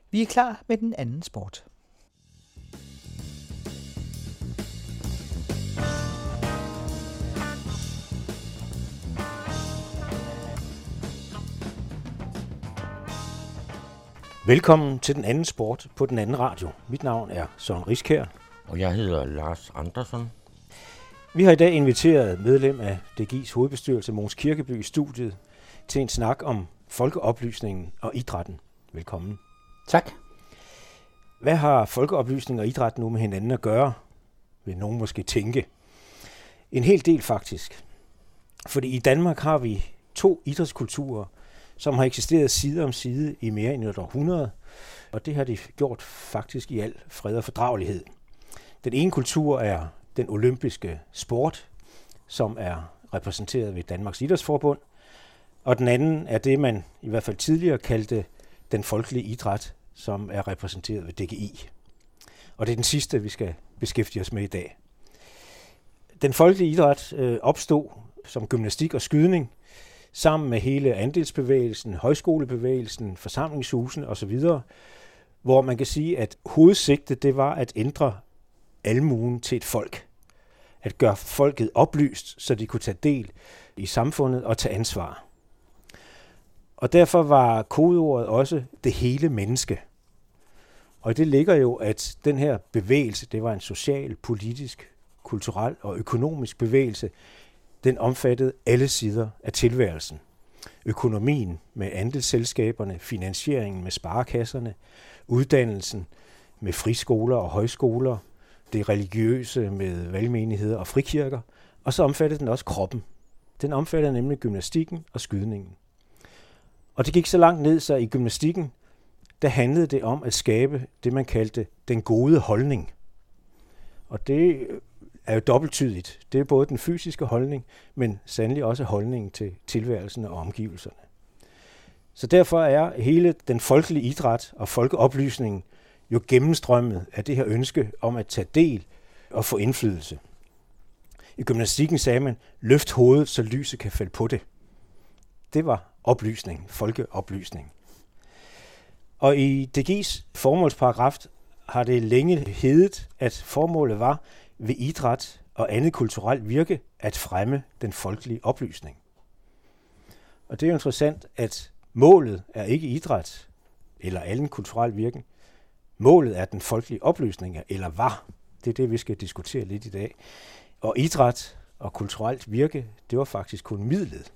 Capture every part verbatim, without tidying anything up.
Vi er klar med den anden sport. Velkommen til den anden sport på den anden radio. Mit navn er Søren Riskær. Og jeg hedder Lars Andersen. Vi har i dag inviteret medlem af D G I's hovedbestyrelse, Mogens Kirkeby, i studiet til en snak om folkeoplysningen og idrætten. Velkommen. Tak. Hvad har folkeoplysning og idræt nu med hinanden at gøre, vil nogen måske tænke? En hel del faktisk. Fordi i Danmark har vi to idrætskulturer, som har eksisteret side om side i mere end et århundrede, og det har de gjort faktisk i al fred og fordragelighed. Den ene kultur er den olympiske sport, som er repræsenteret ved Danmarks Idrætsforbund, og den anden er det, man i hvert fald tidligere kaldte den folkelige idræt, som er repræsenteret ved D G I. Og det er den sidste, vi skal beskæftige os med i dag. Den folkelige idræt øh, opstod som gymnastik og skydning, sammen med hele andelsbevægelsen, højskolebevægelsen, forsamlingshusene osv., hvor man kan sige, at hovedsigtet det var at ændre almuen til et folk. At gøre folket oplyst, så de kunne tage del i samfundet og tage ansvar. Og derfor var kodeordet også det hele menneske. Og det ligger jo, at den her bevægelse, det var en social, politisk, kulturel og økonomisk bevægelse, den omfattede alle sider af tilværelsen. Økonomien med andelsselskaberne, finansieringen med sparekasserne, uddannelsen med friskoler og højskoler, det religiøse med valgmenigheder og frikirker, og så omfattede den også kroppen. Den omfattede nemlig gymnastikken og skydningen. Og det gik så langt ned, så i gymnastikken, der handlede det om at skabe det, man kaldte den gode holdning. Og det er jo dobbelttydigt. Det er både den fysiske holdning, men sandelig også holdningen til tilværelsen og omgivelserne. Så derfor er hele den folkelige idræt og folkeoplysningen jo gennemstrømmet af det her ønske om at tage del og få indflydelse. I gymnastikken sagde man, løft hovedet, så lyset kan falde på det. Det var oplysning, folkeoplysning. Og i D G I's formålsparagraf har det længe heddet, at formålet var ved idræt og andet kulturelt virke at fremme den folkelige oplysning. Og det er jo interessant, at målet er ikke idræt eller anden kulturel virke. Målet er den folkelige oplysning, eller var. Det er det, vi skal diskutere lidt i dag. Og idræt og kulturelt virke, det var faktisk kun midlet.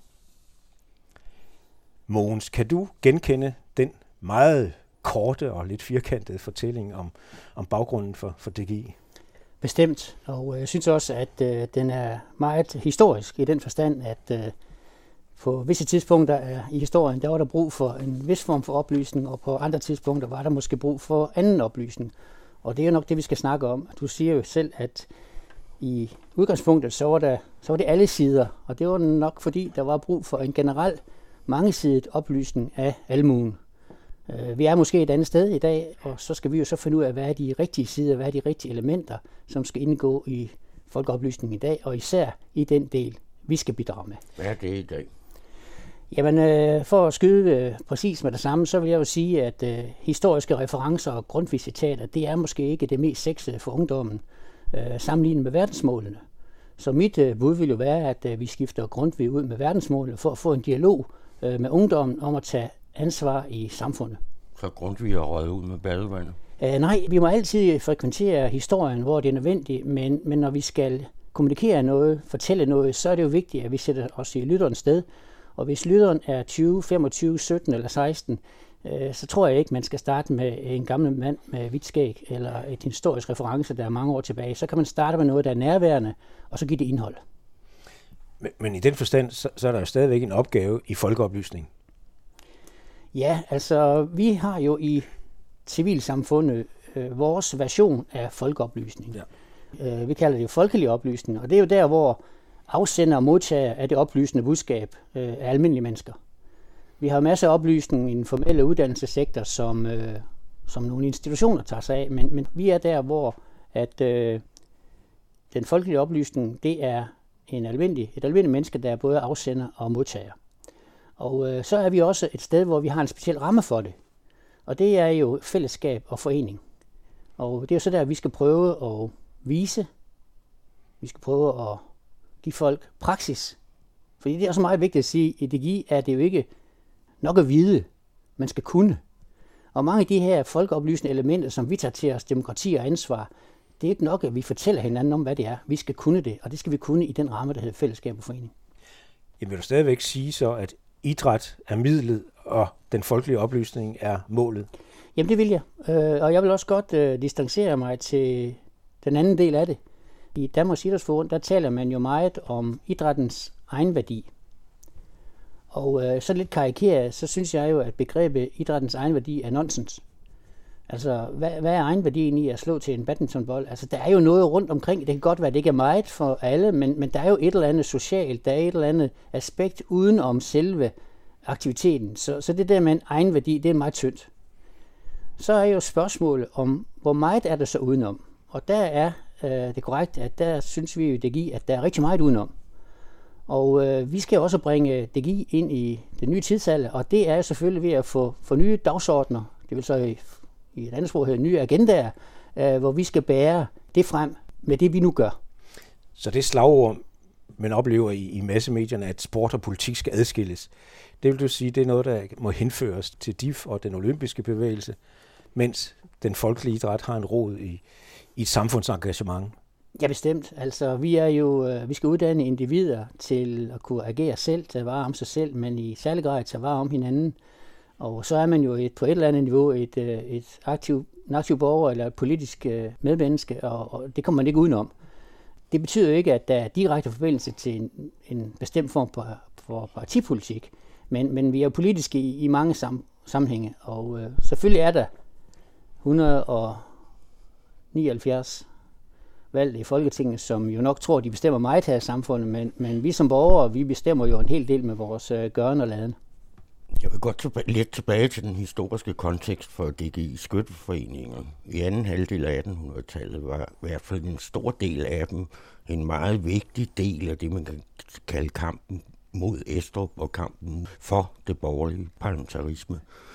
Mogens, kan du genkende den meget korte og lidt firkantede fortælling om, om baggrunden for, for D G I? Bestemt, og jeg synes også, at øh, den er meget historisk i den forstand, at øh, på visse tidspunkter er, i historien, der var der brug for en vis form for oplysning, og på andre tidspunkter var der måske brug for anden oplysning. Og det er jo nok det, vi skal snakke om. Du siger jo selv, at i udgangspunktet, så var, der, så var det alle sider, og det var nok fordi, der var brug for en generel mangesidet oplysning af almuen. Vi er måske et andet sted i dag, og så skal vi jo så finde ud af, hvad er de rigtige sider, hvad er de rigtige elementer, som skal indgå i folkeoplysningen i dag, og især i den del, vi skal bidrage med. Hvad er det i dag? Jamen, øh, for at skyde øh, præcis med det samme, så vil jeg jo sige, at øh, historiske referencer og grundtvig-citater, det er måske ikke det mest sexede for ungdommen, øh, sammenlignet med verdensmålene. Så mit øh, bud vil jo være, at øh, vi skifter Grundtvig ud med verdensmålene, for at få en dialog øh, med ungdommen om at tage ansvar i samfundet. Så Grundtvig er røget ud med badevandet? Uh, nej, vi må altid frekventere historien, hvor det er nødvendigt, men, men når vi skal kommunikere noget, fortælle noget, så er det jo vigtigt, at vi sætter os i lytterens sted. Og hvis lytteren er tyve, femogtyve, sytten eller seksten, uh, så tror jeg ikke, man skal starte med en gammel mand med hvidt skæg eller et historisk reference, der er mange år tilbage. Så kan man starte med noget, der er nærværende, og så give det indhold. Men, men i den forstand, så, så er der jo stadigvæk en opgave i folkeoplysning. Ja, altså vi har jo i civilsamfundet øh, vores version af folkeoplysning. Ja. Øh, vi kalder det jo folkelig oplysning, og det er jo der, hvor afsender og modtager af det oplysende budskab øh, er almindelige mennesker. Vi har masser af oplysning i den formelle uddannelsessektor, som, øh, som nogle institutioner tager sig af, men, men vi er der, hvor at, øh, den folkelige oplysning, det er en almindelig, et almindeligt menneske, der er både afsender og modtager. Og øh, så er vi også et sted, hvor vi har en speciel ramme for det. Og det er jo fællesskab og forening. Og det er jo så der, vi skal prøve at vise, vi skal prøve at give folk praksis. Fordi det er også meget vigtigt at sige, at i D G I er det jo ikke nok at vide, man skal kunne. Og mange af de her folkeoplysende elementer, som vi tager til os, demokrati og ansvar, det er ikke nok, at vi fortæller hinanden om, hvad det er. Vi skal kunne det, og det skal vi kunne i den ramme, der hedder fællesskab og forening. Jeg vil du stadigvæk sige så, at idræt er midlet, og den folkelige oplysning er målet? Jamen det vil jeg, og jeg vil også godt distancere mig til den anden del af det. I Danmarks Idrætsforbund, der taler man jo meget om idrættens egenværdi. Og så lidt karikeret, så synes jeg jo, at begrebet idrættens egenværdi er nonsens. Altså, hvad, hvad er egenværdien i at slå til en badmintonbold? Altså, der er jo noget rundt omkring. Det kan godt være, at det ikke er meget for alle, men, men der er jo et eller andet socialt, der er et eller andet aspekt uden om selve aktiviteten. Så, så det der med en egenværdi, det er meget tyndt. Så er jo spørgsmålet om, hvor meget er der så udenom? Og der er øh, det korrekt, at der synes vi jo i D G I, at der er rigtig meget udenom. Og øh, vi skal også bringe D G I ind i den nye tidsalder, og det er selvfølgelig ved at få, få nye dagsordner. Det vil så i, i et andet sprog hedde nye agendaer, øh, hvor vi skal bære det frem med det, vi nu gør. Så det slagord, man oplever i, i massemedierne, at sport og politik skal adskilles, det vil du sige, det er noget, der må henføres til D I F og den olympiske bevægelse, mens den folkelige idræt har en rod i, i et samfundsengagement? Ja, bestemt. Altså, vi er jo, vi skal uddanne individer til at kunne agere selv, tage vare om sig selv, men i særlig grad tage vare om hinanden. Og så er man jo et, på et eller andet niveau et, et aktiv, en aktiv borger eller et politisk medmenneske, og, og det kommer man ikke udenom. Det betyder jo ikke, at der er direkte forbindelse til en, en bestemt form for, for partipolitik, men, men vi er jo politiske i, i mange sam, sammenhænge, og øh, selvfølgelig er der et hundrede og nioghalvfjerds valgte i Folketinget, som jo nok tror, de bestemmer meget her i samfundet, men, men vi som borgere, vi bestemmer jo en hel del med vores øh, gøren og laden. Jeg vil godt tilbage, lidt tilbage til den historiske kontekst for D G I skytteforeninger. I anden halvdel af attenhundredetallet var i hvert fald en stor del af dem en meget vigtig del af det, man kan kalde kampen mod Estrup og kampen for det borgerlige parlamentarisme.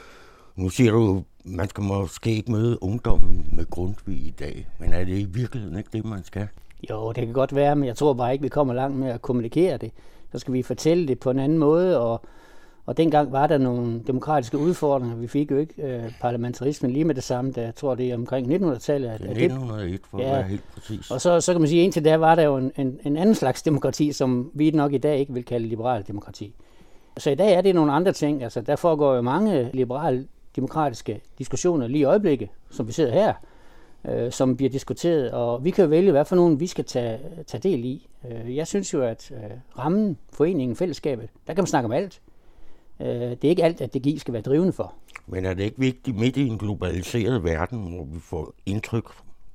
Nu siger du, man skal måske ikke møde ungdommen med Grundtvig i dag, men er det i virkeligheden ikke det, man skal? Jo, det kan godt være, men jeg tror bare ikke, vi kommer langt med at kommunikere det. Så skal vi fortælle det på en anden måde, og, og dengang var der nogle demokratiske udfordringer. Vi fik jo ikke øh, parlamentarismen lige med det samme, der jeg tror det er omkring nittenhundredetallet. At, det er nitten hundrede og et, for ja, at være helt præcis. Og så, så kan man sige, at indtil da var der jo en, en, en anden slags demokrati, som vi nok i dag ikke vil kalde liberal demokrati. Så i dag er det nogle andre ting. Altså, der foregår jo mange liberale demokratiske diskussioner lige i øjeblikket, som vi sidder her, øh, som bliver diskuteret, og vi kan jo vælge, hvad for nogen vi skal tage, tage del i. Øh, jeg synes jo, at øh, rammen, foreningen, fællesskabet, der kan man snakke om alt. Øh, det er ikke alt, at D G I skal være drivende for. Men er det ikke vigtigt midt i en globaliseret verden, hvor vi får indtryk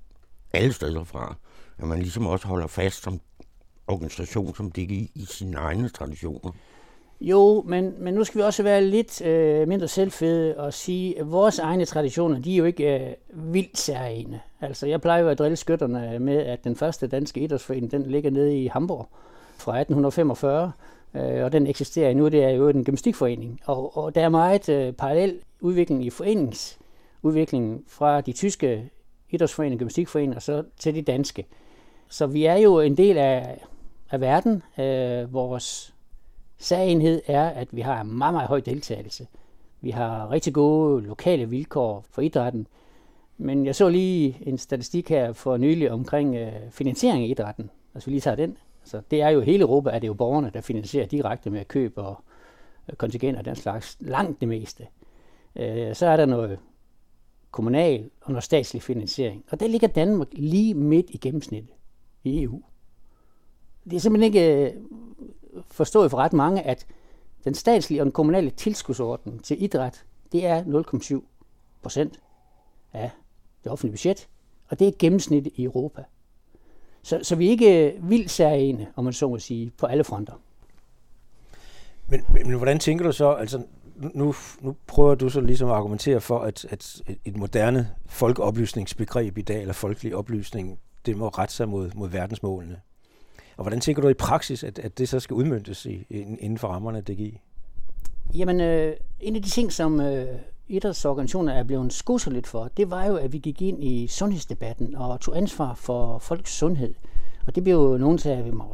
alle steder fra, at man ligesom også holder fast som organisation som D G I i sine egne traditioner? Jo, men, men nu skal vi også være lidt øh, mindre selvfede og sige, at vores egne traditioner, de er jo ikke øh, vildt særegne. Altså, jeg plejer jo at drille skytterne med, at den første danske idrætsforening, den ligger nede i Hamburg fra atten femogfyrre, øh, og den eksisterer endnu. Det er jo en gymnastikforening, og, og der er meget øh, parallel udvikling i foreningsudviklingen fra de tyske idrætsforeninger, gymnastikforeninger, og så til de danske. Så vi er jo en del af, af verden. Øh, vores sagenhed er, at vi har en meget, meget høj deltagelse. Vi har rigtig gode lokale vilkår for idrætten. Men jeg så lige en statistik her for nylig omkring øh, finansiering af idrætten. Altså vi lige tager den. Altså, det er jo hele Europa, er det jo borgerne, der finansierer direkte med køb og øh, kontingenter og den slags. Langt det meste. Øh, så er der noget kommunal og noget statslig finansiering. Og der ligger Danmark lige midt i gennemsnittet i E U. Det er simpelthen ikke øh, forstået for ret mange, at den statslige og den kommunale tilskudsordning til idræt, det er nul komma syv procent af det offentlige budget, og det er gennemsnittet i Europa. Så, så vi er ikke vildt særegne, om man så må sige, på alle fronter. Men, men hvordan tænker du så, altså nu, nu prøver du så ligesom at argumentere for, at, at et moderne folkeoplysningsbegreb i dag, eller folkelig oplysning, det må rette sig mod, mod verdensmålene. Og hvordan tænker du i praksis, at, at det så skal udmøntes i, inden for rammerne af D G I? Jamen, øh, en af de ting, som øh, idrætsorganisationer er blevet skudset lidt for, det var jo, at vi gik ind i sundhedsdebatten og tog ansvar for folks sundhed. Og det blev jo nogen til, at vi var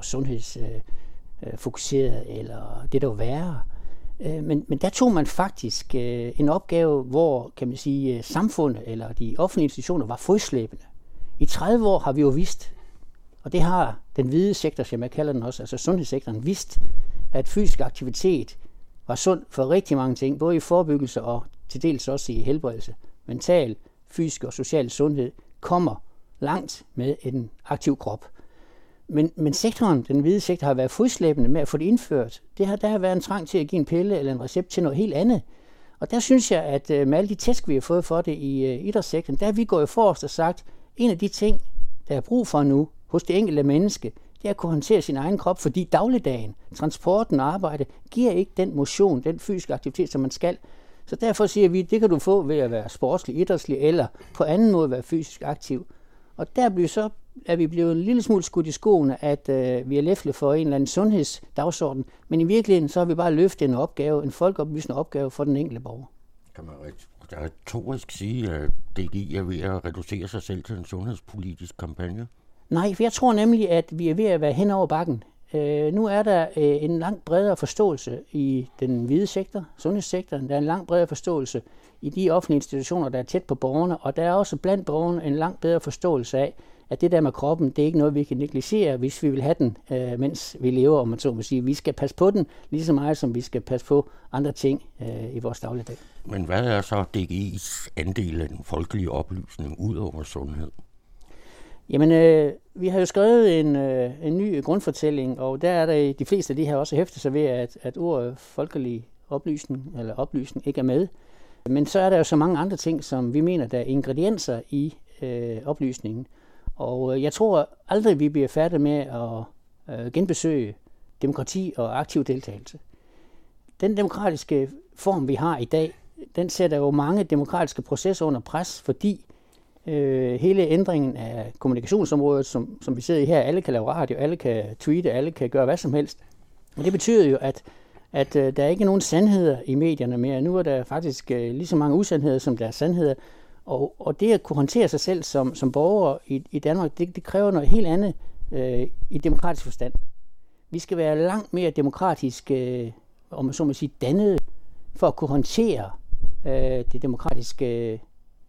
sundhedsfokuseret, eller det der var værre. Men, men der tog man faktisk en opgave, hvor kan man sige, samfundet eller de offentlige institutioner var fodslæbende. I tredive år har vi jo vidst, og det har den hvide sektor, som jeg kalder den også, altså sundhedssektoren, vidst, at fysisk aktivitet var sund for rigtig mange ting, både i forebyggelse og til dels også i helbredelse. Mental, fysisk og social sundhed kommer langt med en aktiv krop. Men, men sektoren, den hvide sektor, har været fodslæbende med at få det indført. Det har, der har været en trang til at give en pille eller en recept til noget helt andet. Og der synes jeg, at med alle de tæsk, vi har fået for det i uh, idrætssektoren, der har vi gået forrest og sagt, en af de ting, der er brug for nu hos det enkelte menneske, det er at kunne håndtere sin egen krop, fordi dagligdagen, transporten og arbejde, giver ikke den motion, den fysiske aktivitet, som man skal. Så derfor siger vi, det kan du få ved at være sportslig, idrætslig, eller på anden måde være fysisk aktiv. Og der bliver så, er vi blevet en lille smule skudt i skoene, at øh, vi er læflet for en eller anden sundhedsdagsorden, men i virkeligheden så har vi bare løftet en opgave, en folkeoplysende opgave for den enkelte borger. Kan man retorisk sige, at D G I er ved at reducere sig selv til en sundhedspolitisk kampagne? Nej, for jeg tror nemlig, at vi er ved at være hen over bakken. Øh, nu er der øh, en langt bredere forståelse i den hvide sektor, sundhedssektoren. Der er en langt bredere forståelse i de offentlige institutioner, der er tæt på borgerne, og der er også blandt borgerne en langt bedre forståelse af, at det der med kroppen, det er ikke noget, vi kan negligere, hvis vi vil have den, øh, mens vi lever, om man så må sige. Vi skal passe på den lige så meget, som vi skal passe på andre ting øh, i vores dagligdag. Men hvad er så D G I's andel af den folkelige oplysning ud over sundhed? Jamen, øh, vi har jo skrevet en, øh, en ny grundfortælling, og der er der de fleste af de her også hæftet sig ved, at, at ordet folkelig oplysning eller oplysning ikke er med. Men så er der jo så mange andre ting, som vi mener, der er ingredienser i øh, oplysningen. Og jeg tror aldrig, vi bliver færdige med at øh, genbesøge demokrati og aktiv deltagelse. Den demokratiske form, vi har i dag, den sætter jo mange demokratiske processer under pres, fordi øh, hele ændringen af kommunikationsområdet, som, som vi sidder i her, alle kan lave radio, alle kan tweete, alle kan gøre hvad som helst. Og det betyder jo, at, at øh, der er ikke nogen sandheder i medierne mere. Nu er der faktisk øh, lige så mange usandheder, som der er sandheder. Og, og det at kunne håndtere sig selv som, som borger i, i Danmark, det, det kræver noget helt andet øh, i demokratisk forstand. Vi skal være langt mere demokratisk, øh, om man så må sige, dannede, for at kunne håndtere øh, det demokratiske,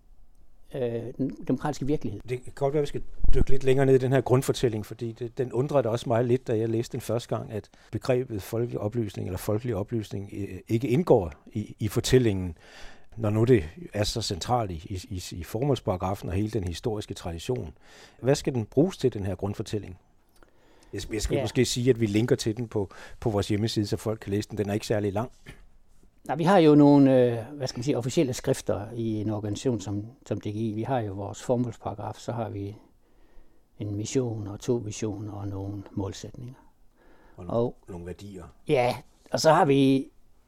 øh, den demokratiske virkelighed. Det kan godt være, at vi skal dykke lidt længere ned i den her grundfortælling, fordi det, den undrede også mig lidt, da jeg læste den første gang, at begrebet folkelig oplysning eller folkelig oplysning øh, ikke indgår i, i fortællingen, når nu det er så centralt i, i, i formålsparagrafen og hele den historiske tradition. Hvad skal den bruges til, den her grundfortælling? Jeg, jeg skal ja. måske sige, at vi linker til den på, på vores hjemmeside, så folk kan læse den. Den er ikke særlig lang. Nej, vi har jo nogle øh, hvad skal man sige, officielle skrifter i en organisation som, som D G I. Vi har jo vores formålsparagraf, så har vi en mission og to visioner og nogle målsætninger. Og nogle, og, nogle værdier. Ja, og så har vi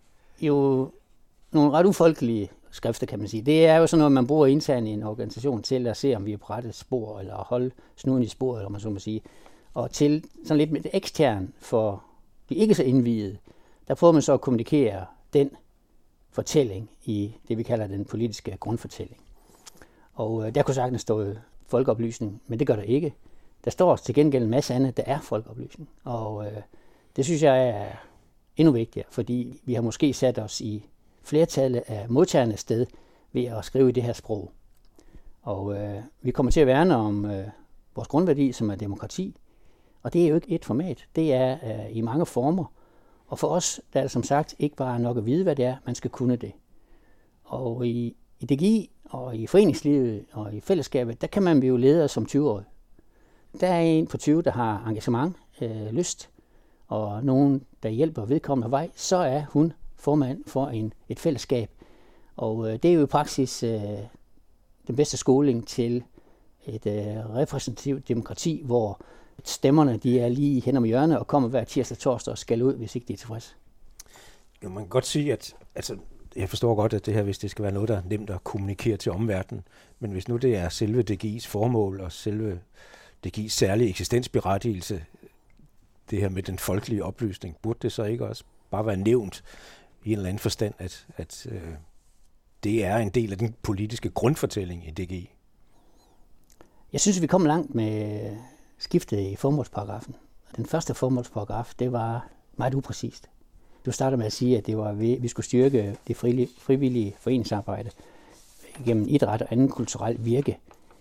jo nogle ret ufolkelige skrifter, kan man sige. Det er jo sådan noget, man bruger internt i en organisation til at se, om vi er på rette spor, eller holde snuden i sporet, eller man så må sige. Og til sådan lidt med det ekstern for de ikke så indvidede, der prøver man så at kommunikere den fortælling i det, vi kalder den politiske grundfortælling. Og øh, der kunne sagtens stå folkeoplysning, men det gør der ikke. Der står til gengæld en masse andet, der er folkeoplysning. Og øh, det synes jeg er endnu vigtigere, fordi vi har måske sat os i flertallet af modtagerne sted ved at skrive i det her sprog. Og øh, vi kommer til at værne om øh, vores grundværdi, som er demokrati. Og det er jo ikke et format. Det er øh, i mange former. Og for os, der er det som sagt ikke bare nok at vide, hvad det er, man skal kunne det. Og i, i D G I og i foreningslivet og i fællesskabet, der kan man blive leder som tyve-årig. Der er en på tyve, der har engagement, øh, lyst, og nogen, der hjælper vedkommende vej, så er hun formand for en, et fællesskab. Og øh, det er jo i praksis øh, den bedste skoling til et øh, repræsentativt demokrati, hvor stemmerne de er lige hen om hjørnet og kommer hver tirsdag og torsdag og skal ud, hvis ikke de er tilfredse. Jo, man kan godt sige, at altså, jeg forstår godt, at det her, hvis det skal være noget, der er nemt at kommunikere til omverdenen, men hvis nu det er selve D G I's formål og selve D G I's særlige eksistensberettigelse, det her med den folkelige oplysning, burde det så ikke også bare være nævnt i en eller anden forstand, at, at, øh, det er en del af den politiske grundfortælling i D G I? Jeg synes, vi kom langt med skiftet i formålsparagrafen. Den første formålsparagraf, det var meget upræcist. Du starter med at sige, at det var, vi skulle styrke det frivillige foreningsarbejde gennem idræt og anden kulturel virke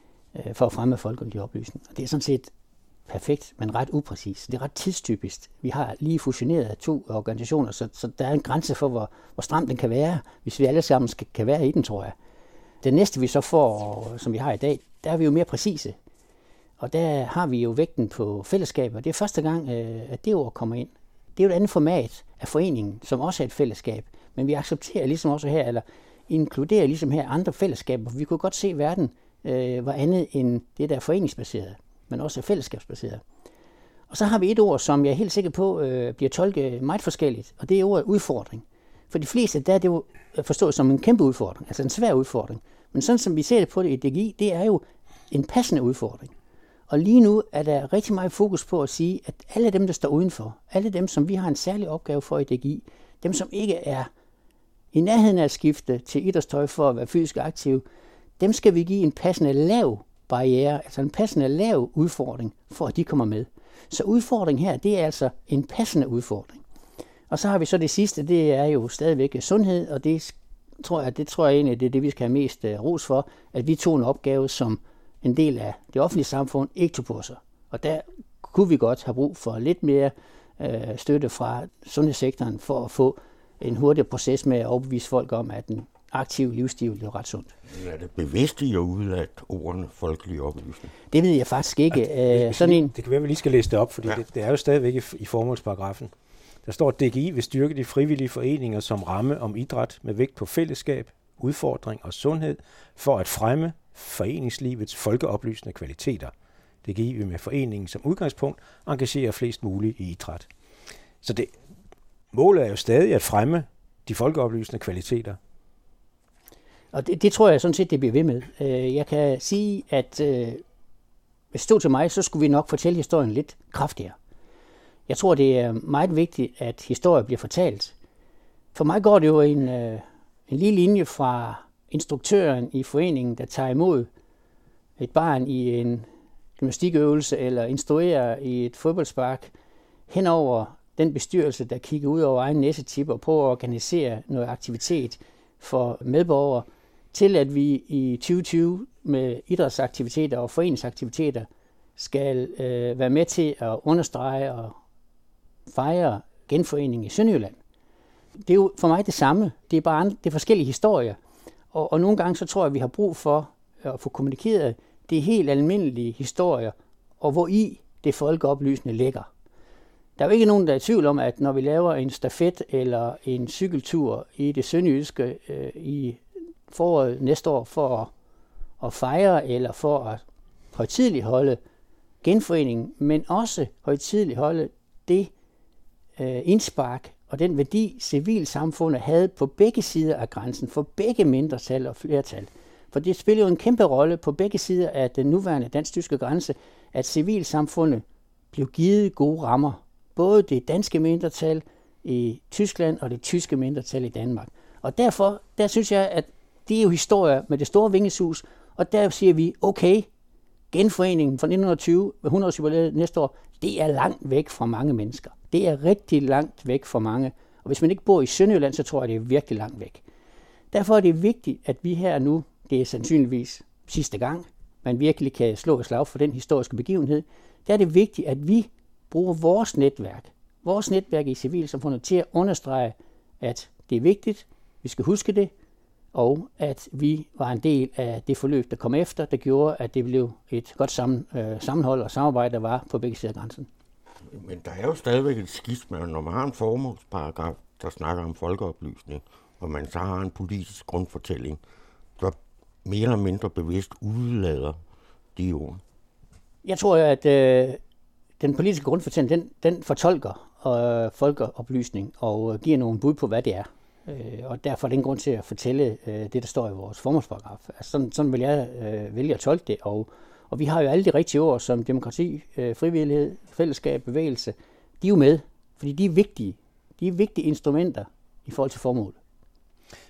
for at fremme folkelig oplysning. Og det er sådan set perfekt, men ret upræcist. Det er ret tidstypisk. Vi har lige fusioneret to organisationer, så, så der er en grænse for, hvor, hvor stram den kan være, hvis vi alle sammen skal, kan være i den, tror jeg. Det næste, vi så får, som vi har i dag, der er vi jo mere præcise. Og der har vi jo vægten på fællesskaber. Det er første gang, at det ord kommer ind. Det er jo et andet format af foreningen, som også er et fællesskab. Men vi accepterer ligesom også her, eller inkluderer ligesom her andre fællesskaber. Vi kunne godt se, at verden øh, var andet end det, der er foreningsbaseret, men også er fællesskabsbaseret. Og så har vi et ord, som jeg er helt sikker på øh, bliver tolket meget forskelligt, og det er ordet udfordring. For de fleste, der er det jo forstået som en kæmpe udfordring, altså en svær udfordring. Men sådan som vi ser det på det i D G I, det er jo en passende udfordring. Og lige nu er der rigtig meget fokus på at sige, at alle dem, der står udenfor, alle dem, som vi har en særlig opgave for i D G I, dem, som ikke er i nærheden af at skifte til idrætstøj for at være fysisk aktiv, dem skal vi give en passende lav barriere, altså en passende lav udfordring, for at de kommer med. Så udfordringen her, det er altså en passende udfordring. Og så har vi så det sidste, det er jo stadigvæk sundhed, og det tror jeg, det tror jeg egentlig, det er det, vi skal have mest ros for, at vi tog en opgave, som en del af det offentlige samfund ikke tog på sig. Og der kunne vi godt have brug for lidt mere øh, støtte fra sundhedssektoren for at få en hurtig proces med at overbevise folk om, at en aktiv livsstil er ret sundt. Er det bevidst i at udlade ordene folkelig oplysning? Det ved jeg faktisk ikke. Ja, det, Sådan en... det kan være, at vi lige skal læse det op, fordi ja. det, det er jo stadigvæk i, i formålsparagrafen. Der står, at D G I vil styrke de frivillige foreninger som ramme om idræt med vægt på fællesskab, udfordring og sundhed for at fremme foreningslivets folkeoplysende kvaliteter. D G I vil med foreningen som udgangspunkt engagere flest muligt i idræt. Så det, målet er jo stadig at fremme de folkeoplysende kvaliteter. Og det, det tror jeg sådan set, det bliver ved med. Jeg kan sige, at hvis det stod til mig, så skulle vi nok fortælle historien lidt kraftigere. Jeg tror, det er meget vigtigt, at historien bliver fortalt. For mig går det jo en, en lille linje fra instruktøren i foreningen, der tager imod et barn i en gymnastikøvelse eller instruerer i et fodboldspark, henover den bestyrelse, der kigger ud over egen næsetip og prøver at organisere noget aktivitet for medborgere, til at vi i tyve tyve med idrætsaktiviteter og foreningsaktiviteter skal øh, være med til at understrege og fejre genforeningen i Sønderjylland. Det er jo for mig det samme. Det er bare andre, det er forskellige historier. Og, og nogle gange så tror jeg, at vi har brug for at få kommunikeret de helt almindelige historier, og hvor i det folkeoplysende ligger. Der er jo ikke nogen, der er i tvivl om, at når vi laver en stafet eller en cykeltur i det sønderjyske øh, i foråret næste år for at, at fejre eller for at højtideligt holde genforeningen, men også højtideligt holde det øh, indspark og den værdi, civilsamfundet havde på begge sider af grænsen, for begge mindretal og flertal. For det spiller jo en kæmpe rolle på begge sider af den nuværende dansk-tyske grænse, at civilsamfundet blev givet gode rammer. Både det danske mindretal i Tyskland og det tyske mindretal i Danmark. Og derfor, der synes jeg, at det er jo historier med det store vingesus, og der siger vi, okay, genforeningen fra nitten tyve med hundrede-årsjubilæet næste år, det er langt væk fra mange mennesker. Det er rigtig langt væk fra mange. Og hvis man ikke bor i Sønderjylland, så tror jeg, det er virkelig langt væk. Derfor er det vigtigt, at vi her nu, det er sandsynligvis sidste gang, man virkelig kan slå et slag for den historiske begivenhed, der er det vigtigt, at vi bruger vores netværk, vores netværk i civilsamfundet til at understrege, at det er vigtigt, vi skal huske det, og at vi var en del af det forløb, der kom efter, der gjorde, at det blev et godt sammen, øh, sammenhold og samarbejde, der var på begge sider af grænsen. Men der er jo stadigvæk et skisma, når man har en formålsparagraf, der snakker om folkeoplysning, og man så har en politisk grundfortælling, der mere eller mindre bevidst udlader de ord. Jeg tror, at øh, den politiske grundfortælling, den, den fortolker øh, folkeoplysning og giver nogle bud på, hvad det er. Øh, og derfor er det en grund til at fortælle øh, det, der står i vores formålsparagraf. Altså, sådan, sådan vil jeg øh, vælge at tolke det. Og, og vi har jo alle de rigtige ord som demokrati, øh, frivillighed, fællesskab, bevægelse. De er jo med, fordi de er vigtige. De er vigtige instrumenter i forhold til formål.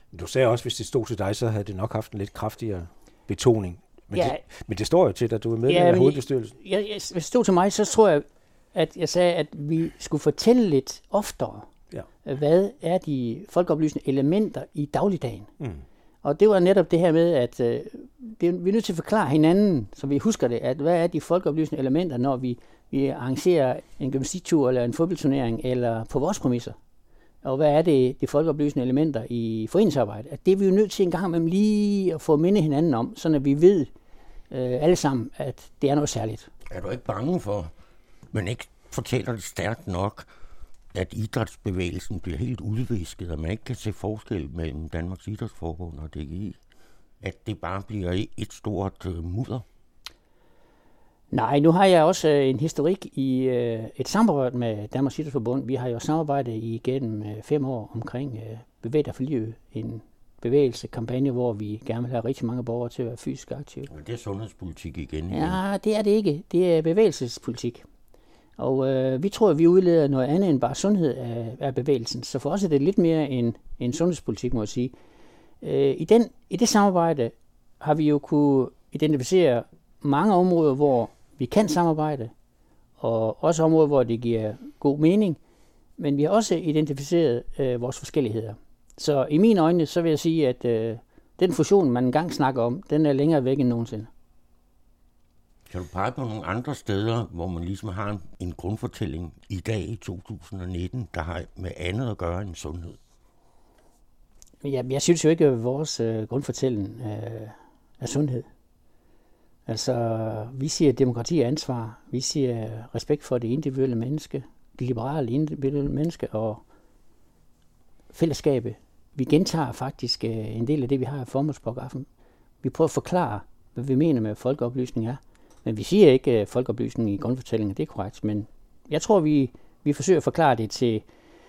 Du sagde også, hvis det stod til dig, så havde det nok haft en lidt kraftigere betoning. Men, ja, det, men det står jo til, at du er medlem ja, af hovedbestyrelsen. Ja, ja, hvis det stod til mig, så tror jeg, at jeg sagde, at vi skulle fortælle lidt oftere, ja. hvad er de folkeoplysende elementer i dagligdagen. Mm. Og det var netop det her med, at øh, det, vi er nødt til at forklare hinanden, så vi husker det, at hvad er de folkeoplysende elementer, når vi, vi arrangerer en gymnastiktur eller en fodboldturnering, eller på vores præmisser. Og hvad er det de folkeoplysende elementer i foreningsarbejde? At det er vi jo nødt til en gang imellem lige at få minde hinanden om, så at vi ved øh, alle sammen, at det er noget særligt. Er du ikke bange for, men ikke fortæller det stærkt nok, at idrætsbevægelsen bliver helt udvisket, og man ikke kan se forskel mellem Danmarks Idrætsforbund og D G I? At det bare bliver et stort uh, mudder? Nej, nu har jeg også øh, en historik i øh, et samarbejde med Danmarks Idrætsforbund. Vi har jo samarbejdet igennem øh, fem år omkring øh, Bevæg dig for livet, en bevægelsekampagne, hvor vi gerne vil have rigtig mange borgere til at være fysisk aktive. Men det er sundhedspolitik igen. igen. Ja, det er det ikke. Det er bevægelsespolitik. Og øh, vi tror, at vi udleder noget andet end bare sundhed af, af bevægelsen. Så for os er det lidt mere en, en sundhedspolitik, må jeg sige. Øh, i, den, I det samarbejde har vi jo kunne identificere mange områder, hvor vi kan samarbejde, og også områder, hvor det giver god mening. Men vi har også identificeret øh, vores forskelligheder. Så i mine øjne, så vil jeg sige, at øh, den fusion, man engang snakker om, den er længere væk end nogensinde. Kan du pege på nogle andre steder, hvor man ligesom har en, en grundfortælling i dag i to tusind nitten, der har med andet at gøre end sundhed? Ja, jeg synes jo ikke, at vores øh, grundfortælling øh, er sundhed. Altså, vi siger demokrati og ansvar. Vi siger respekt for det individuelle menneske, det liberale individuelle menneske og fællesskabet. Vi gentager faktisk øh, en del af det, vi har i formålsparagraffen. Vi prøver at forklare, hvad vi mener med folkeoplysning er. Men vi siger ikke uh, folkeoplysning i grundfortællingen, det er korrekt. Men jeg tror, vi, vi forsøger at forklare det til,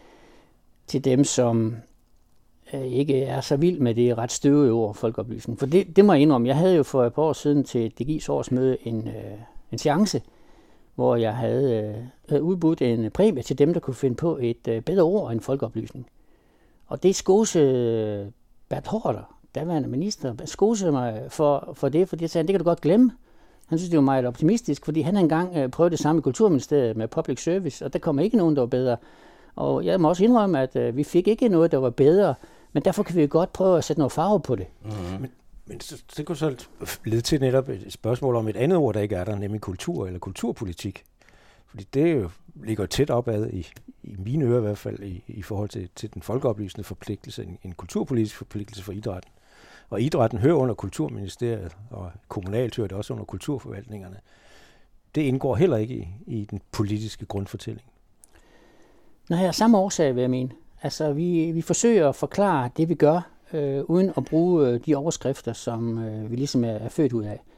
til dem, som uh, ikke er så vild med det ret støvede ord, folkeoplysning. For det, det må jeg indrømme. Jeg havde jo for et par år siden til D G I's årsmøde en, uh, en seance, hvor jeg havde uh, udbudt en præmie til dem, der kunne finde på et uh, bedre ord end folkeoplysning. Og det skose uh, Bert Haarder, daværende minister, skose mig for, for det, fordi jeg sagde, det kan du godt glemme. Han synes, det var meget optimistisk, fordi han engang øh, prøvede det samme i Kulturministeriet med public service, og der kom ikke nogen, der var bedre. Og jeg må også indrømme, at øh, vi fik ikke noget, der var bedre, men derfor kan vi jo godt prøve at sætte noget farve på det. Mm-hmm. Men, men så, det kunne så lede til netop et spørgsmål om et andet ord, der ikke er der, nemlig kultur eller kulturpolitik. Fordi det jo ligger tæt opad, i, i mine ører i hvert fald, i, i forhold til, til den folkeoplysende forpligtelse, en, en kulturpolitisk forpligtelse for idrætten. Og idrætten hører under Kulturministeriet, og kommunalt hører det også under kulturforvaltningerne. Det indgår heller ikke i, i den politiske grundfortælling. Nej, af samme årsag vil jeg mene. Altså, vi, vi forsøger at forklare det, vi gør, øh, uden at bruge øh, de overskrifter, som øh, vi ligesom er, er født ud af.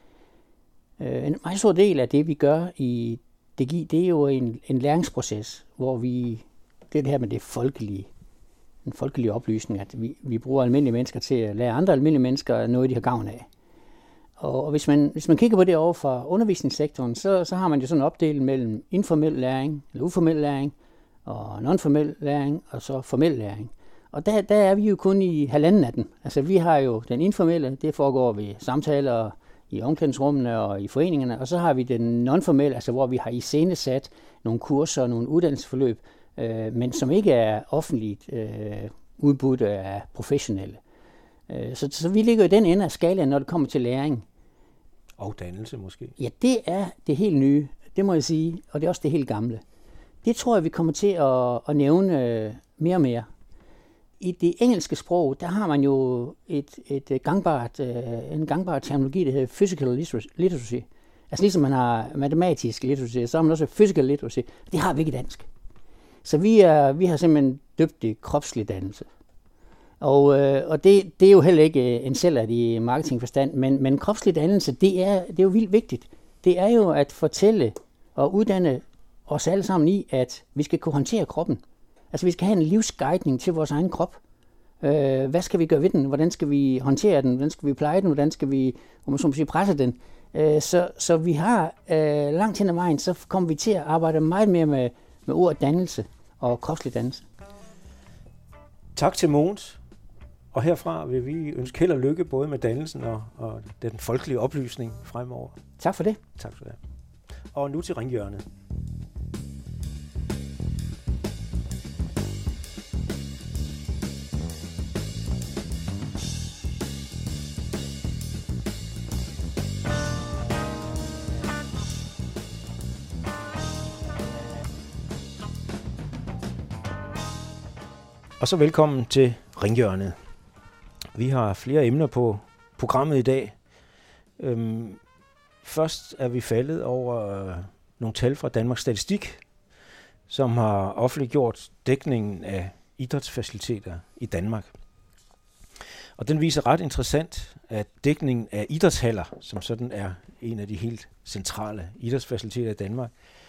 Øh, en meget stor del af det, vi gør i D G I, det er jo en, en læringsproces, hvor vi, det er det her med det folkelige, en folkelig oplysning, at vi, vi bruger almindelige mennesker til at lære andre almindelige mennesker noget, de har gavn af. Og, og hvis, man, hvis man kigger på det over fra undervisningssektoren, så, så har man jo sådan en opdeling mellem informel læring, eller uformel læring, og nonformel læring, og så formel læring. Og der, der er vi jo kun i halvanden af den. Altså vi har jo den informelle, det foregår ved samtaler i omklædningsrummene og i foreningerne, og så har vi den nonformelle, altså hvor vi har iscenesat nogle kurser, nogle uddannelsesforløb, øh, men som ikke er offentligt øh, udbudt af professionelle. Øh, så, så vi ligger i den ende af skalaen, når det kommer til læring. Og dannelse måske? Ja, det er det helt nye, det må jeg sige, og det er også det helt gamle. Det tror jeg, vi kommer til at, at nævne øh, mere og mere. I det engelske sprog, der har man jo et, et gangbart, øh, en gangbar terminologi, der hedder physical literacy. Altså ligesom man har matematisk literacy, så har man også physical literacy. Det har vi ikke i dansk. Så vi, er, vi har simpelthen døbt det kropslig dannelse. Og, øh, og det, det er jo heller ikke en selvlært i marketingforstand, men, men kropslig dannelse, det er, det er jo vildt vigtigt. Det er jo at fortælle og uddanne os alle sammen i, at vi skal kunne håndtere kroppen. Altså vi skal have en livsguidning til vores egen krop. Øh, hvad skal vi gøre ved den? Hvordan skal vi håndtere den? Hvordan skal vi pleje den? Hvordan skal vi, om man så må sige, presse den? Øh, så, så vi har øh, langt hen ad vejen, så kommer vi til at arbejde meget mere med, med ordet dannelse og kropslig dannelse. Tak til Mogens Og herfra vil vi ønske held og lykke både med dannelsen og, og den folkelige oplysning fremover. Tak for det. Tak for det. Og nu til Ringhjørnet. Og så velkommen til Ringhjørnet. Vi har flere emner på programmet i dag. Øhm, først er vi faldet over øh, nogle tal fra Danmarks Statistik, som har offentliggjort dækningen af idrætsfaciliteter i Danmark. Og den viser ret interessant, at dækningen af idrætshaller, som sådan er en af de helt centrale idrætsfaciliteter i Danmark,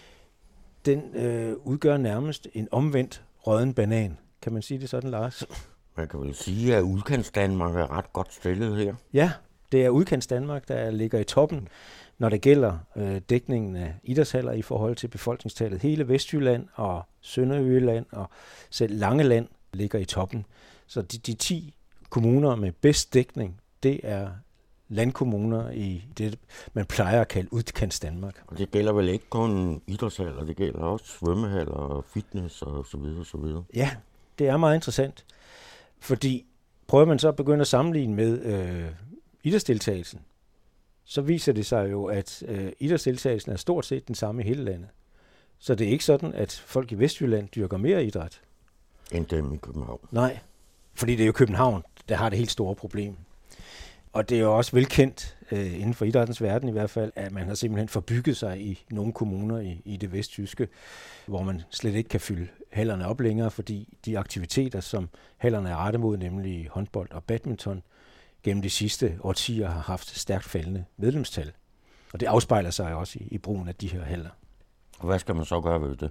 den øh, udgør nærmest en omvendt rådden banan. Kan man sige det sådan, Lars? Man kan vel sige, at Udkantsdanmark er ret godt stillet her. Ja, det er Udkantsdanmark, der ligger i toppen, når det gælder øh, dækningen af idrætshaller i forhold til befolkningstallet. Hele Vestjylland og Sønderjylland og selv Langeland ligger i toppen. Så de, de ti kommuner med bedst dækning, det er landkommuner i det, man plejer at kalde Udkantsdanmark. Og det gælder vel ikke kun idrætshaller, det gælder også svømmehaller og fitness og så videre, så videre. Ja, det er meget interessant, fordi prøver man så at begynde at sammenligne med øh, idrætsdeltagelsen, så viser det sig jo, at øh, idrætsdeltagelsen er stort set den samme i hele landet. Så det er ikke sådan, at folk i Vestjylland dyrker mere idræt. End dem i København. Nej, fordi det er jo København, der har det helt store problem. Og det er jo også velkendt øh, inden for idrættens verden i hvert fald, at man har simpelthen forbygget sig i nogle kommuner i, i det vesttyske, hvor man slet ikke kan fylde hallerne op længere, fordi de aktiviteter, som hallerne er rettet mod, nemlig håndbold og badminton, gennem de sidste årtier har haft stærkt faldende medlemstal. Og det afspejler sig også i, i brugen af de her haller. Og hvad skal man så gøre ved det?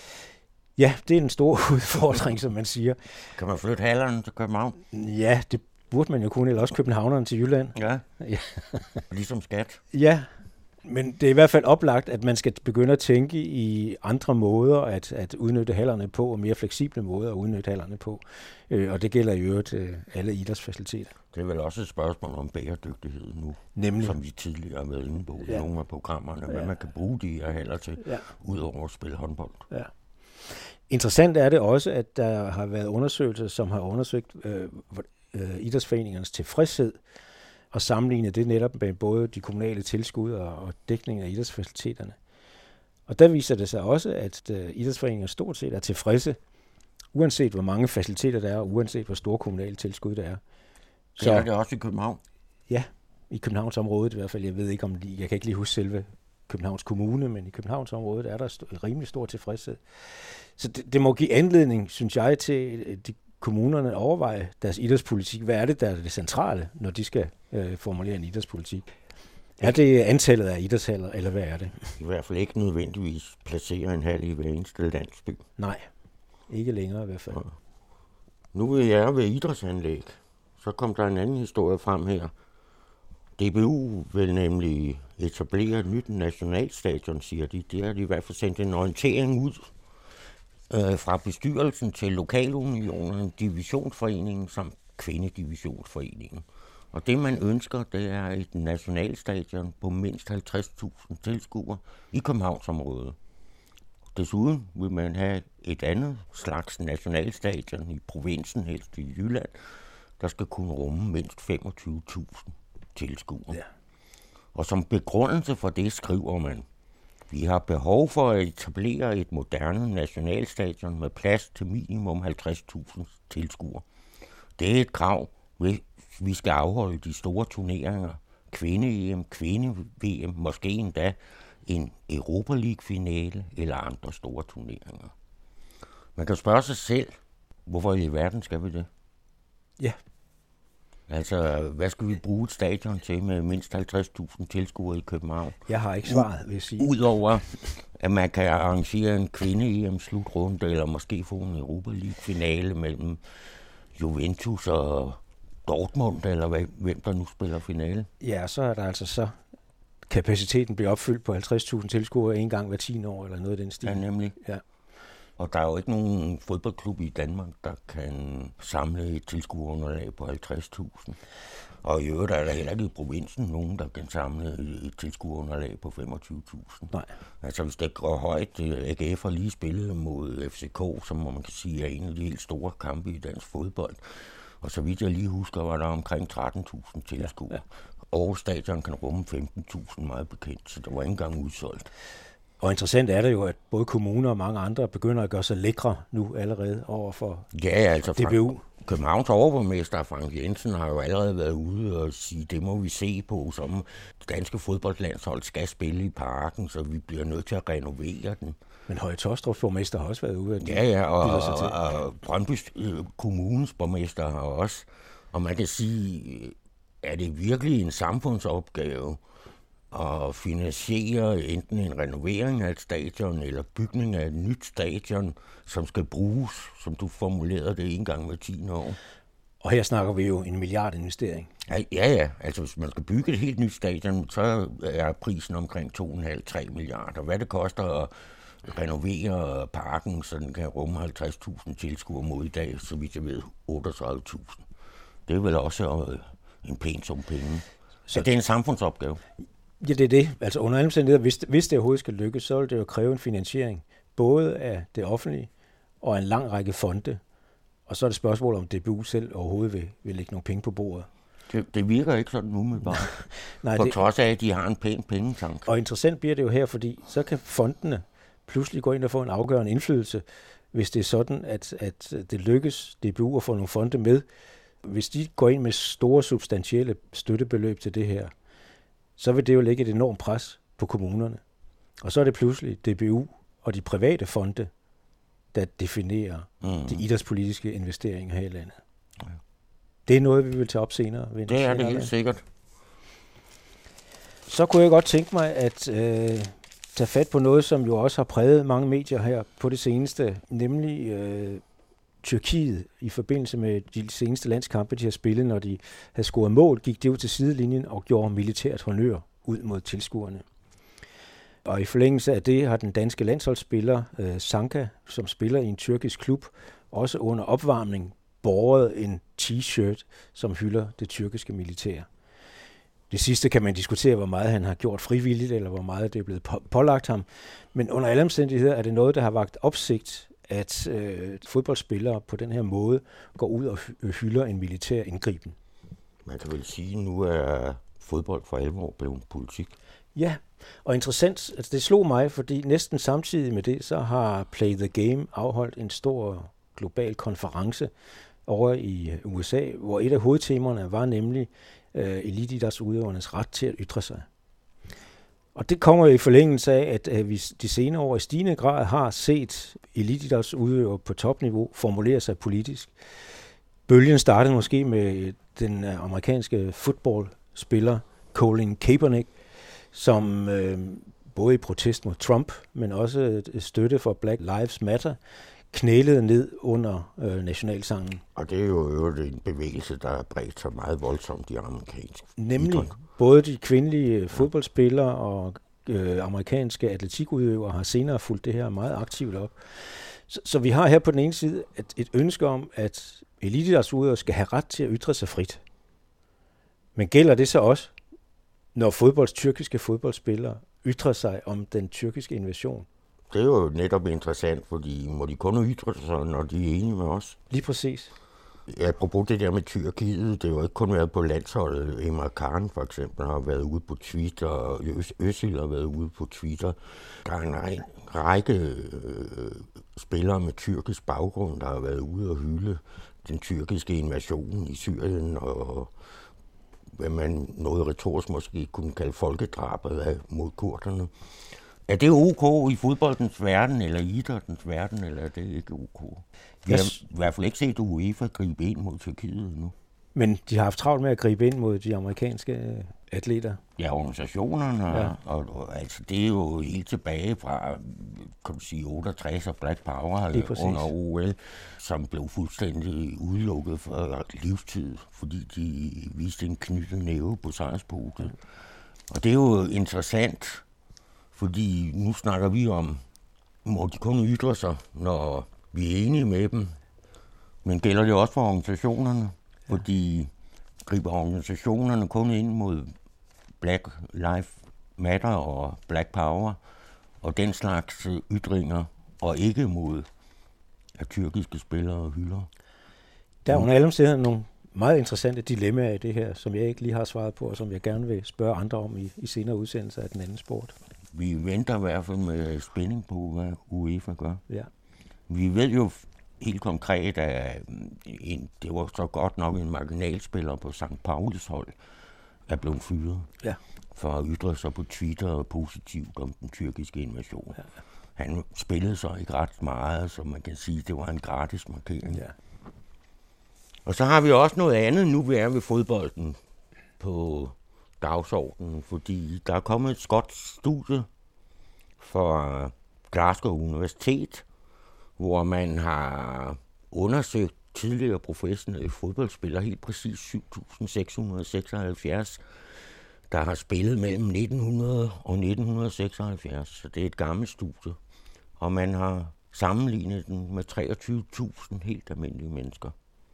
Ja, det er en stor udfordring, som man siger. Kan man flytte hallerne til København? Ja, det burde man jo kunne, eller også københavnerne til Jylland. Ja, ja. Ligesom skat. Ja, men det er i hvert fald oplagt, at man skal begynde at tænke i andre måder at, at udnytte hallerne på, og mere fleksible måder at udnytte hallerne på. Øh, og det gælder i øvrigt øh, alle idrætsfaciliteter. Det er vel også et spørgsmål om bæredygtighed nu, Nemlig. Som vi tidligere har været inde på i ja. nogle af programmerne, hvad ja. man kan bruge de her haller til, ja. udover at spille håndbold. Ja. Interessant er det også, at der har været undersøgelser, som har undersøgt øh, øh, idrætsforeningernes tilfredshed, og sammenligne det netop med både de kommunale tilskud og, og dækningen af idrætsfaciliteterne. Og der viser det sig også, at øh, idrætsforeninger stort set er tilfredse, uanset hvor mange faciliteter der er, og uanset hvor store kommunale tilskud der er. Så er det også i København? Ja, i Københavnsområdet i hvert fald. Jeg ved ikke om de, jeg kan ikke lige huske selve Københavns Kommune, men i Københavnsområdet er der st- rimelig stor tilfredshed. Så det, det må give anledning, synes jeg, til de kommunerne overveje deres idrætspolitik. Hvad er det, der er det centrale, når de skal øh, formulere en idrætspolitik? Er det antallet af idrætshaller, eller hvad er det? I hvert fald ikke nødvendigvis placere en hal i hver eneste landsby. Nej, ikke længere i hvert fald. Ja. Nu er jeg ved idrætsanlæg. Så kom der en anden historie frem her. D B U vil nemlig etablere et nyt nationalstadion, siger de. Det har de i hvert fald sendt en orientering ud øh, fra bestyrelsen til lokalunionen, divisionsforeningen samt kvindedivisionsforeningen. Og det man ønsker, det er et nationalstadion på mindst halvtreds tusind tilskuere i Københavnsområdet. Desuden vil man have et andet slags nationalstadion i provinsen, helst i Jylland, der skal kunne rumme mindst femogtyve tusind tilskuere. Ja. Og som begrundelse for det skriver man, vi har behov for at etablere et moderne nationalstadion med plads til minimum halvtreds tusind tilskuere. Det er et krav, hvis vi skal afholde de store turneringer, kvinde-E M, kvinde-V M, måske endda en Europa League-finale eller andre store turneringer. Man kan spørge sig selv, hvorfor i verden skal vi det? Ja. Altså, hvad skal vi bruge et stadion til med mindst halvtreds tusind tilskuere i København? Jeg har ikke svaret, vil jeg sige. Udover, at man kan arrangere en kvinde-E M-slutrunde, eller måske få en Europa League-finale mellem Juventus og Dortmund, eller hvem der nu spiller finale. Ja, så er der altså så kapaciteten bliver opfyldt på halvtreds tusind tilskuere en gang hver tiende år, eller noget af den stil. Ja, nemlig. Ja. Og der er jo ikke nogen fodboldklub i Danmark, der kan samle et tilskuerunderlag på halvtreds tusind. Og i øvrigt er der heller ikke i provinsen nogen, der kan samle et tilskuerunderlag på femogtyve tusind. Nej. Altså hvis det går højt, A G F har lige spillet mod F C K, som man kan sige er en af de helt store kampe i dansk fodbold. Og så vidt jeg lige husker, var der omkring tretten tusind tilskuere. Ja, ja. Aarhus Stadion kan rumme femten tusind meget bekendt, så der var ikke engang udsolgt. Og interessant er det jo, at både kommuner og mange andre begynder at gøre sig lækre nu allerede over for ja, altså D B U. Københavns overborgmester Frank Jensen har jo allerede været ude og sige, det må vi se på, som danske fodboldlandshold skal spille i parken, så vi bliver nødt til at renovere den. Men Høje Taastrups borgmester har også været ude. Ja, ja, og, og, og Brøndby Kommunes borgmester har også. Og man kan sige, er det virkelig en samfundsopgave at finansiere enten en renovering af et stadion eller bygning af et nyt stadion, som skal bruges, som du formulerede det, en gang hver tiende år. Og her snakker vi jo en milliardinvestering. Ja, ja, ja. Altså hvis man skal bygge et helt nyt stadion, så er prisen omkring to komma fem til tre milliarder. Hvad det koster at renovere parken, så den kan rumme halvtreds tusind tilskuere mod i dag, så vidt jeg ved otteogtredive tusind. Det er vel også en pæn sum penge. Så det er en samfundsopgave. Ja, det er det. Altså under alle omstændigheder, hvis, hvis det overhovedet skal lykkes, så vil det jo kræve en finansiering, både af det offentlige og en lang række fonde. Og så er det spørgsmål, om D B U selv overhovedet vil, vil lægge nogle penge på bordet. Det, det virker ikke sådan umiddelbart. Nej, på det, trods af, at de har en pæn pengetank. Og interessant bliver det jo her, fordi så kan fondene pludselig gå ind og få en afgørende indflydelse, hvis det er sådan, at, at det lykkes D B U at få nogle fonde med. Hvis de går ind med store substantielle støttebeløb til det her, så vil det jo lægge et enormt pres på kommunerne. Og så er det pludselig D B U og de private fonde, der definerer mm. de idrætspolitiske investeringer her i landet. Ja. Det er noget, vi vil tage op senere. Det er det helt sikkert. Så kunne jeg godt tænke mig at øh, tage fat på noget, som jo også har præget mange medier her på det seneste, nemlig øh, Tyrkiet i forbindelse med de seneste landskampe, de har spillet, når de havde scoret mål, gik det ud til sidelinjen og gjorde militært honør ud mod tilskuerne. Og i forlængelse af det har den danske landsholdsspiller øh, Sanka, som spiller i en tyrkisk klub, også under opvarmning båret en t-shirt, som hylder det tyrkiske militær. Det sidste kan man diskutere, hvor meget han har gjort frivilligt, eller hvor meget det er blevet pålagt ham. Men under alle omstændigheder er det noget, der har vakt opsigt, at øh, fodboldspillere på den her måde går ud og hylder en militær indgriben. Man kan vel sige, at nu er fodbold for alvor blevet politik. Ja, og interessant, altså det slog mig, fordi næsten samtidig med det, så har Play the Game afholdt en stor global konference over i U S A, hvor et af hovedtemaerne var nemlig øh, eliteidrætsudøvernes ret til at ytre sig. Og det kommer jo i forlængelse af, at øh, vi de senere år i stigende grad har set eliteidrætsudøvere på topniveau formulere sig politisk. Bølgen startede måske med den amerikanske fodboldspiller Colin Kaepernick, som øh, både i protest mod Trump, men også støtte for Black Lives Matter, knælede ned under øh, nationalsangen. Og det er jo en bevægelse, der har bredt sig meget voldsomt i amerikansk. Nemlig idræt. Både de kvindelige fodboldspillere og øh, amerikanske atletikudøvere har senere fulgt det her meget aktivt op. Så, så vi har her på den ene side et, et ønske om, at eliteidrætsudøvere skal have ret til at ytre sig frit. Men gælder det så også, når fodbolds, tyrkiske fodboldspillere ytrer sig om den tyrkiske invasion? Det er jo netop interessant, fordi må de kun ytre sig, når de er enige med os. Lige præcis. Ja, apropos det der med Tyrkiet, det har jo ikke kun været på landsholdet. Emre Can for eksempel har været ude på Twitter, og Özil har været ude på Twitter. Der er en række øh, spillere med tyrkisk baggrund, der har været ude og hylde den tyrkiske invasion i Syrien, og hvad man noget retorisk måske kunne kalde folkedrabet mod kurderne. Er det ok i fodboldens verden, eller i idrættens verden, eller er det ikke ok? Vi har i hvert fald ikke set UEFA gribe ind mod Tyrkiet nu. Men de har haft travlt med at gribe ind mod de amerikanske atleter. Ja, organisationerne, ja. Og, og altså det er jo helt tilbage fra, kan man sige, otteogtres og Black Power under O L, som blev fuldstændig udelukket for livstid, fordi de viste en knyttet næve på sejrspodiet. Og det er jo interessant, fordi nu snakker vi om må de kun ytre sig, når vi er enige med dem. Men gælder det også for organisationerne? Ja. Fordi griber organisationerne kun ind mod Black Lives Matter og Black Power og den slags ytringer, og ikke mod at tyrkiske spillere hylder? Der er under alle omstændigheder nogle meget interessante dilemmaer i det her, som jeg ikke lige har svaret på, og som jeg gerne vil spørge andre om i, i senere udsendelser af Den Anden Sport. Vi venter i hvert fald med spænding på, hvad UEFA gør. Ja. Vi ved jo helt konkret, at en, det var så godt nok en marginalspiller på Sankt Paulis hold, er blevet fyret. Ja. For at ytre sig på Twitter positivt om den tyrkiske invasion. Ja. Han spillede så ikke ret meget, så man kan sige, at det var en gratis markering. Ja. Og så har vi også noget andet, nu vi er ved fodbolden på dagsordenen, fordi der er kommet et skotsk studie fra Glasgow Universitet, hvor man har undersøgt tidligere professionelle fodboldspillere, helt præcis syv tusind seks hundrede seksoghalvfjerds, der har spillet mellem nitten hundrede og nitten seksoghalvfjerds, så det er et gammelt studie. Og man har sammenlignet den med treogtyve tusind helt almindelige mennesker.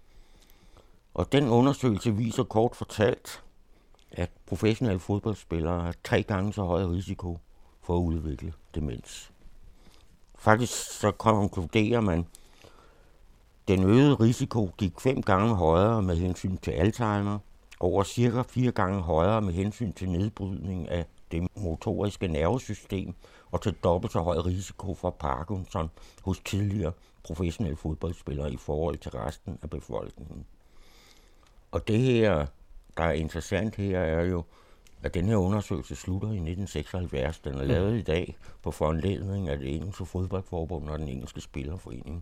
Og den undersøgelse viser kort fortalt, at professionelle fodboldspillere har tre gange så høj risiko for at udvikle demens. Faktisk så konkluderer man, at den øgede risiko gik fem gange højere med hensyn til Alzheimer, over cirka fire gange højere med hensyn til nedbrydning af det motoriske nervesystem, og til dobbelt så høj risiko for Parkinson hos tidligere professionelle fodboldspillere i forhold til resten af befolkningen. Og det her, der er interessant her, er jo, at den her undersøgelse slutter i nitten seksoghalvfjerds. Den er lavet mm. i dag på foranledning af det engelske fodboldforbund og den engelske spillerforening.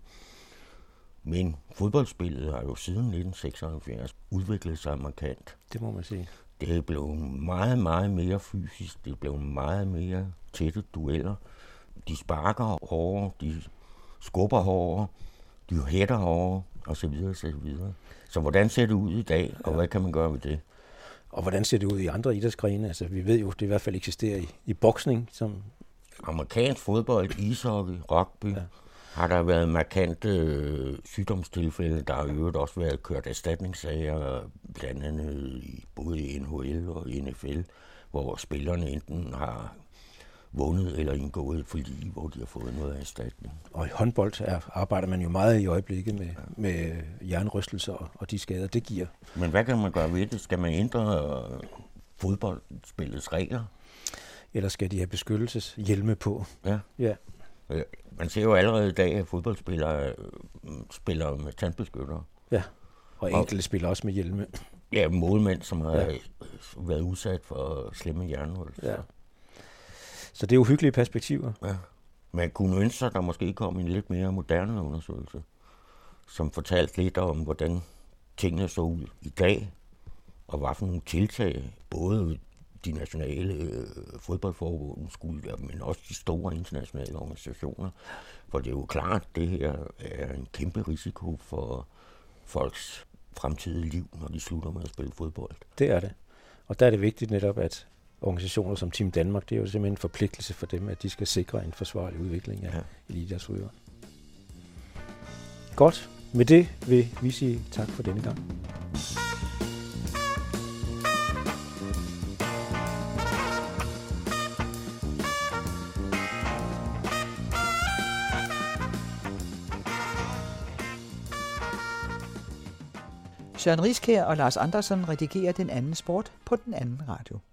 Men fodboldspillet har jo siden nitten seksoghalvfjerds udviklet sig markant. Det må man sige. Det er blevet meget, meget mere fysisk. Det er blevet meget mere tætte dueller. De sparker hårdere, de skubber hårdere, de hætter hårdere, og så videre, så videre. Så hvordan ser det ud i dag, og ja. Hvad kan man gøre ved det? Og hvordan ser det ud i andre idrætsgrene? Altså, vi ved jo, det i hvert fald eksisterer i, i boksning. Som amerikansk fodbold, ishockey, rugby, ja. Har der været markante øh, sygdomstilfælde. Der har jo også været kørt erstatningssager, blandt andet i både i N H L og i N F L, hvor spillerne enten har vundet eller indgået et forlig, hvor de har fået noget af erstatning. Og i håndbold er, arbejder man jo meget i øjeblikket med, ja. med jernrystelser og, og de skader, det giver. Men hvad kan man gøre ved det? Skal man ændre fodboldspillets regler? Eller skal de have beskyttelseshjelme på? Ja. ja. Man ser jo allerede i dag, at fodboldspillere spiller med tandbeskyttere. Ja, og enkelte og, spiller også med hjelme. Ja, målmænd, som har ja. været udsat for slemme jernrystelser. Ja. Så det er uhyggelige perspektiver. Ja. Man kunne ønske sig, at der måske kom en lidt mere moderne undersøgelse, som fortalte lidt om, hvordan tingene så ud i dag, og hvad for nogle tiltag, både de nationale øh, fodboldforbund skulle gøre, men også de store internationale organisationer. For det er jo klart, at det her er en kæmpe risiko for folks fremtidige liv, når de slutter med at spille fodbold. Det er det. Og der er det vigtigt netop, at organisationer som Team Danmark, det er jo simpelthen en forpligtelse for dem, at de skal sikre en forsvarlig udvikling af ja. eliteidrætsudøvere. Godt. Med det vil vi sige tak for denne gang. Søren Riskær og Lars Andersen redigerer Den Anden Sport på Den Anden Radio.